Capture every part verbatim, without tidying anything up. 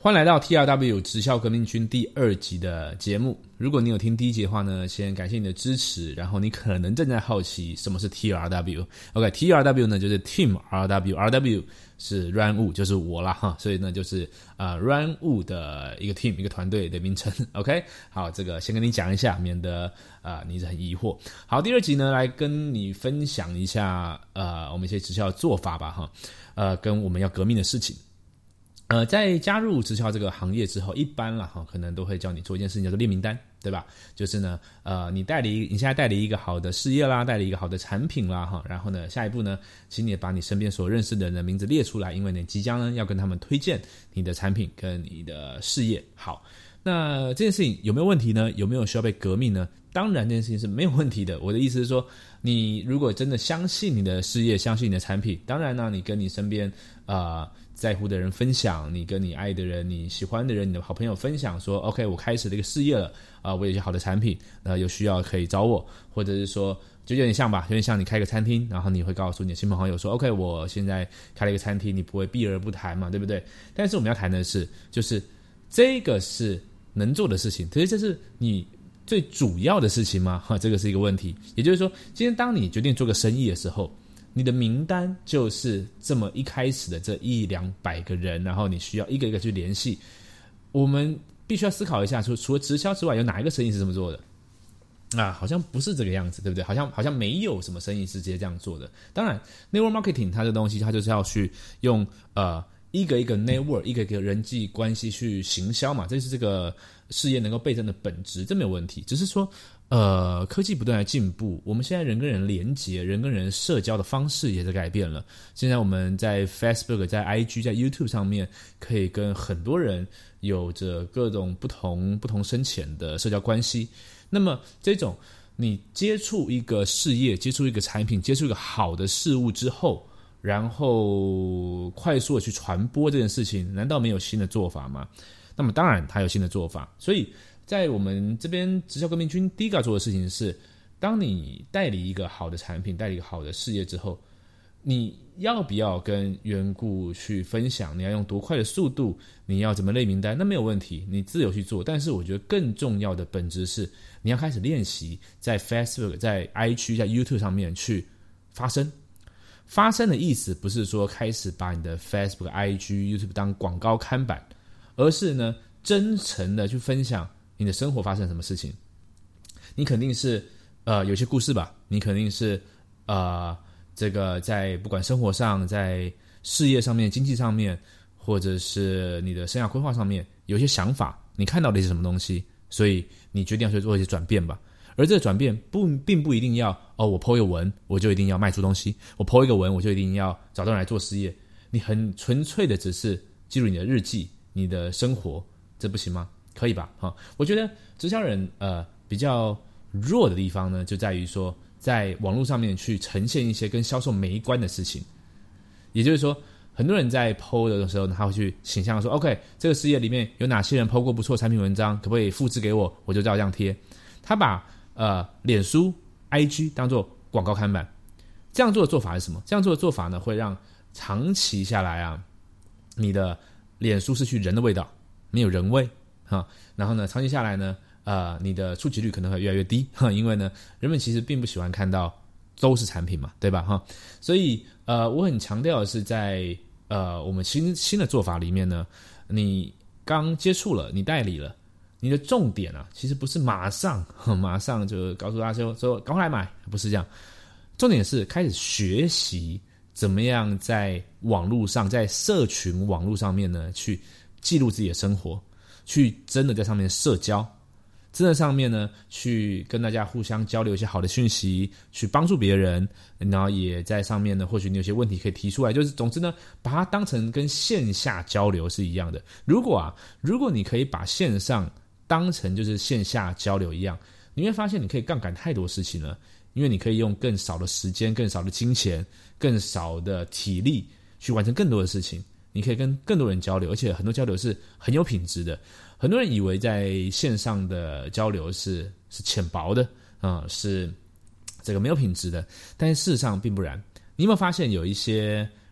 欢迎来到 T R W 直销革命军第二集的节目。如果你有听第一集的话呢，先感谢你的支持。然后你可能正在好奇什么是 T R W。OK，T R W 呢就是 Team R W，R W 是 Run Wu， 就是我啦哈，所以呢就是呃 Run Wu 的一个 team 一个团队的名称。OK， 好，这个先跟你讲一下，免得呃你是很疑惑。好，第二集呢来跟你分享一下呃我们一些直销的做法吧哈，呃跟我们要革命的事情。呃，在加入直销这个行业之后，一般啦哈，可能都会叫你做一件事情叫做列名单，对吧？就是呢，呃，你代理，你现在代理一个好的事业啦，代理一个好的产品啦哈，然后呢，下一步呢，请你把你身边所认识的人的名字列出来，因为你即将呢要跟他们推荐你的产品跟你的事业。好，那这件事情有没有问题呢？有没有需要被革命呢？当然，这件事情是没有问题的。我的意思是说，你如果真的相信你的事业，相信你的产品，当然呢，你跟你身边呃在乎的人分享，你跟你爱的人、你喜欢的人、你的好朋友分享说 ，OK， 我开始了一个事业了，啊、呃，我有一些好的产品，呃，有需要可以找我，或者是说，就有点像吧，有点像你开个餐厅，然后你会告诉你的亲朋好友说 ，OK， 我现在开了一个餐厅，你不会避而不谈嘛，对不对？但是我们要谈的是，就是这个是能做的事情，可是这是你最主要的事情吗？哈，这个是一个问题。也就是说，今天当你决定做个生意的时候，你的名单就是这么一开始的这一两百个人，然后你需要一个一个去联系。我们必须要思考一下，除除了直销之外，有哪一个生意是这么做的？啊，好像不是这个样子，对不对？好像好像没有什么生意是直接这样做的。当然 ，network marketing 它的东西，它就是要去用呃一个一个 network， 一个一个人际关系去行销嘛，这是这个事业能够倍增的本质，这没有问题。只是说，呃，科技不断的进步，我们现在人跟人连结、人跟人社交的方式也在改变了。现在我们在 Facebook、在 I G、在 YouTube 上面，可以跟很多人有着各种不同不同深浅的社交关系。那么，这种你接触一个事业、接触一个产品、接触一个好的事物之后，然后快速的去传播这件事情，难道没有新的做法吗？那么当然它有新的做法。所以在我们这边直销革命军第一个要做的事情是，当你代理一个好的产品，代理一个好的事业之后，你要不要跟缘故去分享？你要用多快的速度？你要怎么类名单？那没有问题，你自由去做。但是我觉得更重要的本质是，你要开始练习在 Facebook、在 I G、在 YouTube 上面去发声。发声的意思不是说开始把你的 Facebook、I G、YouTube 当广告看板，而是呢真诚的去分享你的生活发生什么事情。你肯定是呃有些故事吧，你肯定是呃这个在不管生活上、在事业上面、经济上面，或者是你的生涯规划上面有一些想法，你看到的是什么东西，所以你决定要去做一些转变吧。而这个转变不并不一定要哦，我 po 一个文我就一定要卖出东西，我 po 一个文我就一定要找到人来做事业。你很纯粹的只是记录你的日记、你的生活，这不行吗？可以吧？哈，我觉得直销人呃比较弱的地方呢，就在于说在网络上面去呈现一些跟销售没关的事情。也就是说，很多人在 po 的时候呢，他会去倾向说 OK， 这个事业里面有哪些人 po 过不错产品文章，可不可以复制给我，我就照这样贴。他把呃脸书 I G 当作广告看板。这样做的做法是什么？这样做的做法呢，会让长期下来啊，你的脸书失去人的味道，没有人味哈。然后呢，长期下来呢，呃，你的触及率可能会越来越低哈，因为呢，人们其实并不喜欢看到都是产品嘛，对吧哈？所以呃，我很强调的是在呃我们新新的做法里面呢，你刚接触了，你代理了。你的重点啊，其实不是马上马上就告诉大家说说赶快来买，不是这样。重点是开始学习怎么样在网络上，在社群网络上面呢，去记录自己的生活，去真的在上面社交，真的上面呢去跟大家互相交流一些好的讯息，去帮助别人，然后也在上面呢，或许你有些问题可以提出来，就是总之呢，把它当成跟线下交流是一样的。如果啊，如果你可以把线上当成就是线下交流一样，你会发现你可以杠杆太多事情了，因为你可以用更少的时间、更少的金钱、更少的体力去完成更多的事情。你可以跟更多人交流，而且很多交流是很有品质的。很多人以为在线上的交流是是浅薄的啊、呃，是这个没有品质的，但是事实上并不然。你有没有发现有一些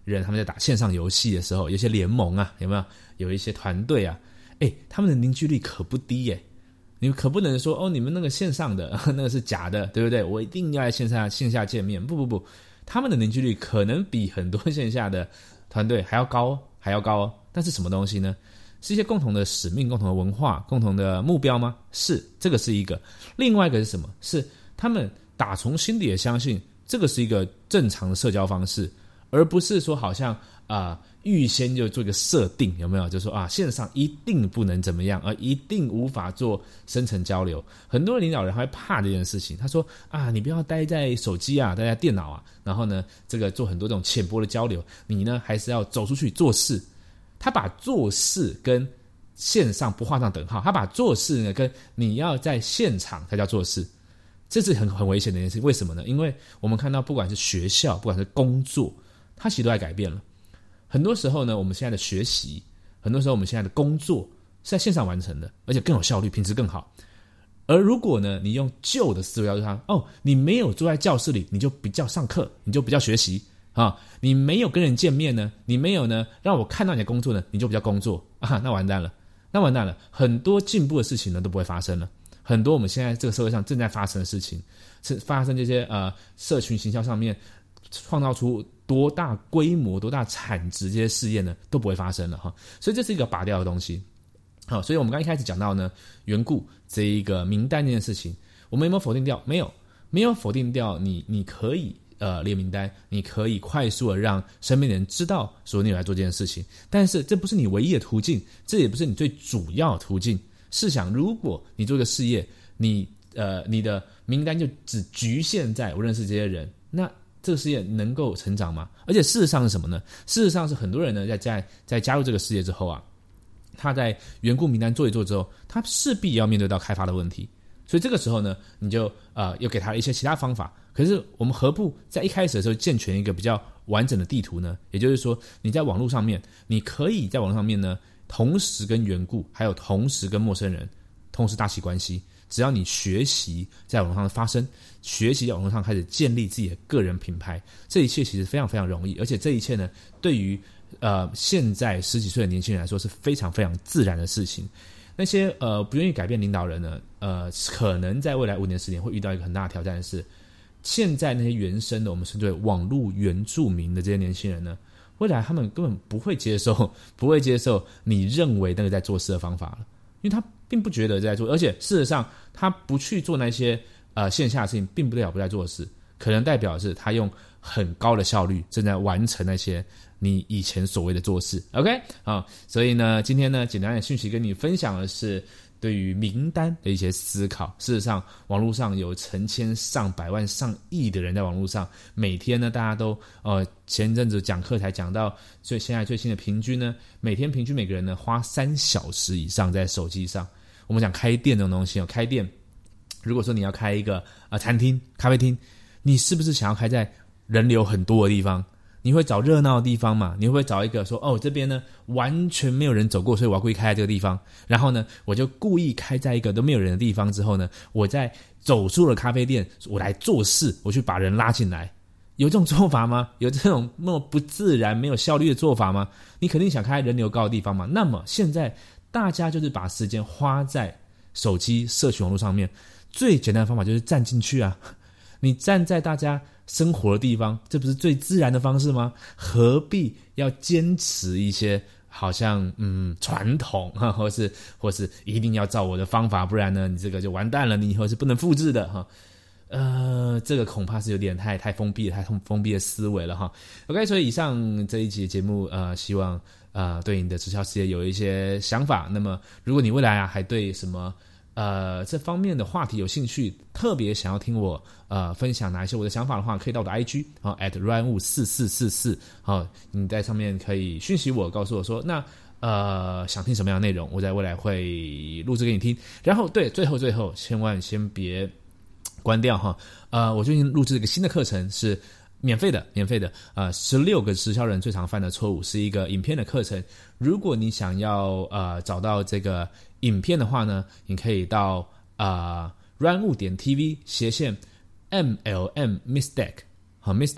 人他们在打线上游戏的时候，有一些联盟啊，有没有？有一些团队啊，诶，他们的凝聚力可不低耶。你们可不能说哦，你们那个线上的那个是假的，对不对？我一定要在线下线下见面。不不不，他们的凝聚力可能比很多线下的团队还要高，还要高哦。但是什么东西呢？是一些共同的使命、共同的文化、共同的目标吗？是，这个是一个。另外一个是什么？是他们打从心底也相信这个是一个正常的社交方式，而不是说好像啊、呃、预先就做一个设定，有没有？就说啊线上一定不能怎么样，而一定无法做深层交流。很多领导人还会怕这件事情，他说啊你不要待在手机啊，待在电脑啊，然后呢这个做很多这种浅薄的交流，你呢还是要走出去做事。他把做事跟线上不画上等号，他把做事呢跟你要在现场才叫做事，这是很很危险的一件事。为什么呢？因为我们看到不管是学校，不管是工作，它其实都在改变了。很多时候呢，我们现在的学习，很多时候我们现在的工作是在线上完成的，而且更有效率，品质更好。而如果呢，你用旧的思维要求他，哦，你没有坐在教室里，你就不叫上课，你就不叫学习。啊，你没有跟人见面呢，你没有呢让我看到你的工作呢，你就比较工作啊，那完蛋了，那完蛋了，很多进步的事情呢都不会发生了。很多我们现在这个社会上正在发生的事情，是发生这些呃社群行销上面创造出多大规模、多大产值这些事业呢都不会发生了哈。所以这是一个拔掉的东西。好，所以我们刚一开始讲到呢，缘故这一个名单这件事情，我们有没有否定掉？没有，没有否定掉你，你可以。呃，列名单，你可以快速的让身边的人知道说你有来做这件事情，但是这不是你唯一的途径，这也不是你最主要的途径。试想，如果你做一个事业，你呃你的名单就只局限在我认识这些人，那这个事业能够成长吗？而且事实上是什么呢？事实上是很多人呢在在在加入这个事业之后啊，他在缘故名单做一做之后，他势必要面对到开发的问题。所以这个时候呢，你就呃又给他一些其他方法。可是我们何不在一开始的时候健全一个比较完整的地图呢？也就是说，你在网络上面，你可以在网络上面呢，同时跟缘故，还有同时跟陌生人，同时搭起关系。只要你学习在网络上的发声，学习在网络上开始建立自己的个人品牌，这一切其实非常非常容易，而且这一切呢，对于呃现在十几岁的年轻人来说是非常非常自然的事情。那些呃不愿意改变领导人呢，呃可能在未来五年十年会遇到一个很大的挑战的是。现在那些原生的，我们称之为网络原住民的这些年轻人呢，未来他们根本不会接受，不会接受你认为那个在做事的方法了，因为他并不觉得在做，而且事实上他不去做那些呃线下的事情，并不代表不在做事，可能代表是他用很高的效率正在完成那些你以前所谓的做事。OK 啊，所以呢，今天呢，简单的讯息跟你分享的是。对于名单的一些思考，事实上，网络上有成千上百万、上亿的人在网络上，每天呢，大家都呃，前阵子讲课才讲到，最现在最新的平均呢，每天平均每个人呢花三小时以上在手机上。我们讲开店这种东西哦，开店，如果说你要开一个呃餐厅、咖啡厅，你是不是想要开在人流很多的地方？你会找热闹的地方嘛？你会不会找一个说哦这边呢完全没有人走过，所以我要故意开在这个地方，然后呢我就故意开在一个都没有人的地方之后呢，我再走出了咖啡店，我来做事，我去把人拉进来。有这种做法吗？有这种那么不自然没有效率的做法吗？你肯定想开人流高的地方嘛。那么现在大家就是把时间花在手机社群网络上面，最简单的方法就是站进去啊。你站在大家生活的地方，这不是最自然的方式吗？何必要坚持一些好像嗯传统哈，或是或是一定要照我的方法，不然呢你这个就完蛋了，你以后是不能复制的哈。呃，这个恐怕是有点太太封闭了，太封闭的思维了哈。OK， 所以以上这一集的节目，呃，希望呃对你的直销事业有一些想法。那么，如果你未来啊还对什么呃这方面的话题有兴趣，特别想要听我呃分享哪一些我的想法的话，可以到我的 I G 啊 at ryan wu 四四四四，好，你在上面可以讯息我，告诉我说那呃想听什么样的内容，我在未来会录制给你听。然后对，最后最后千万先别关掉哈，呃，我最近录制一个新的课程是免费的，免费的，呃，十六个直销人最常犯的错误是一个影片的课程。如果你想要呃找到这个影片的话呢，你可以到啊 ryan wu 点 tv 斜线 M L M mistake 好 mistake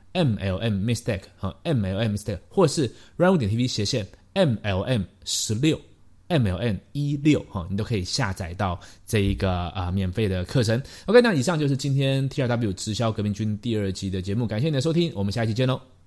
M L M mistake 哈 M L M mistake， 或是 Runwoo 点 T V 斜线 M L M 十六 M L M 十六哈，你都可以下载到这一个啊、呃、免费的课程。OK， 那以上就是今天 T R W 直销革命军第二集的节目，感谢你的收听，我们下一期见喽。